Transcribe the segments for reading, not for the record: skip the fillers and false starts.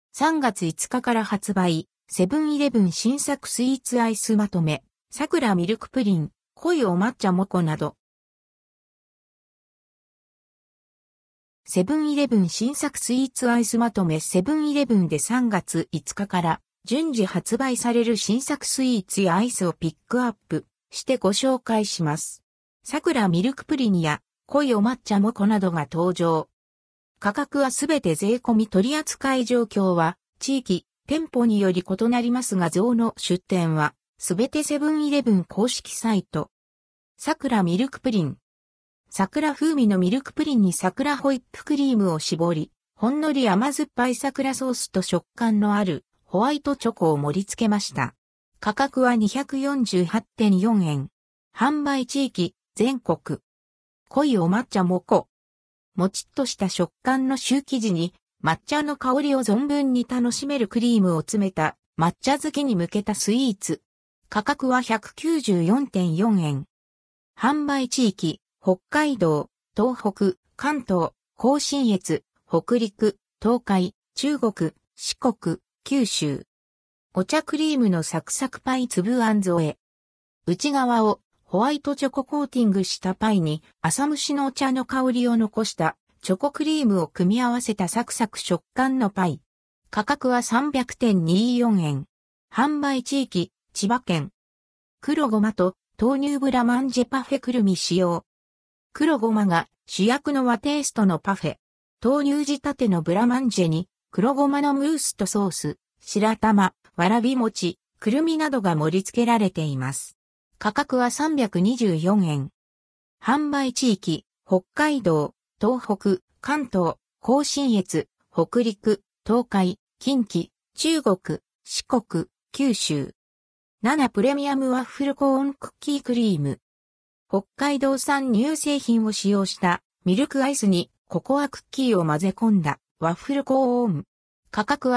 3月5日から発売、セブンイレブン新作スイーツアイスまとめ、桜ミルクプリン、恋お抹茶モコなど。セブンイレブン新作スイーツアイスまとめセブンイレブンで3月5日から順次発売される新作スイーツやアイスをピックアップしてご紹介します。桜ミルクプリンや恋お抹茶モコなどが登場。価格はすべて税込み取扱い状況は地域、店舗により異なりますが像の出店はすべてセブンイレブン公式サイト。桜ミルクプリン。桜風味のミルクプリンに桜ホイップクリームを絞り、ほんのり甘酸っぱい桜ソースと食感のあるホワイトチョコを盛り付けました。価格は 248.4 円。販売地域、全国。恋お抹茶モコ。もちっとした食感のシュー生地に抹茶の香りを存分に楽しめるクリームを詰めた抹茶好きに向けたスイーツ。価格は 194.4 円。販売地域、北海道、東北、関東、甲信越、北陸、東海、中国、四国、九州。お茶クリームのサクサクパイ粒あん添え。内側をホワイトチョココーティングしたパイに朝蒸しのお茶の香りを残したチョコクリームを組み合わせたサクサク食感のパイ。価格は 300.24 円。販売地域、千葉県。黒ごまと豆乳ブラマンジェパフェくるみ使用。黒ごまが主役の和テイストのパフェ。豆乳仕立てのブラマンジェに黒ごまのムースとソース、白玉、わらび餅、くるみなどが盛り付けられています。価格は324円。販売地域、北海道、東北、関東、甲信越、北陸、東海、近畿、中国、四国、九州。7プレミアムワッフルコーンクッキークリーム。北海道産乳製品を使用したミルクアイスにココアクッキーを混ぜ込んだワッフルコーン。価格は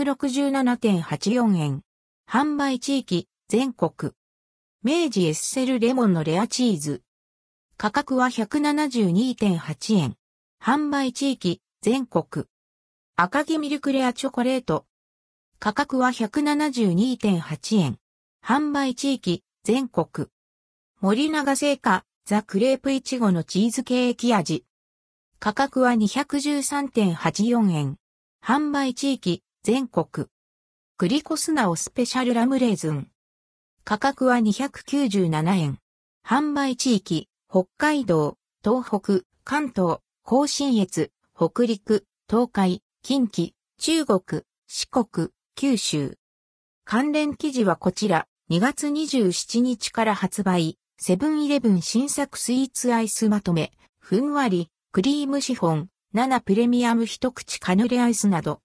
267.84 円。販売地域、全国。明治エッセルレモンのレアチーズ。価格は 172.8 円。販売地域、全国。赤城ミルクレアチョコレート。価格は 172.8 円。販売地域、全国。森永製菓、ザ・クレープイチゴのチーズケーキ味。価格は 213.84 円。販売地域、全国。グリコスナオスペシャルラムレーズン。価格は297円。販売地域、北海道、東北、関東、甲信越、北陸、東海、近畿、中国、四国、九州。関連記事はこちら、2月27日から発売、セブンイレブン新作スイーツアイスまとめ、ふんわり、クリームシフォン、7プレミアム一口カヌレアイスなど。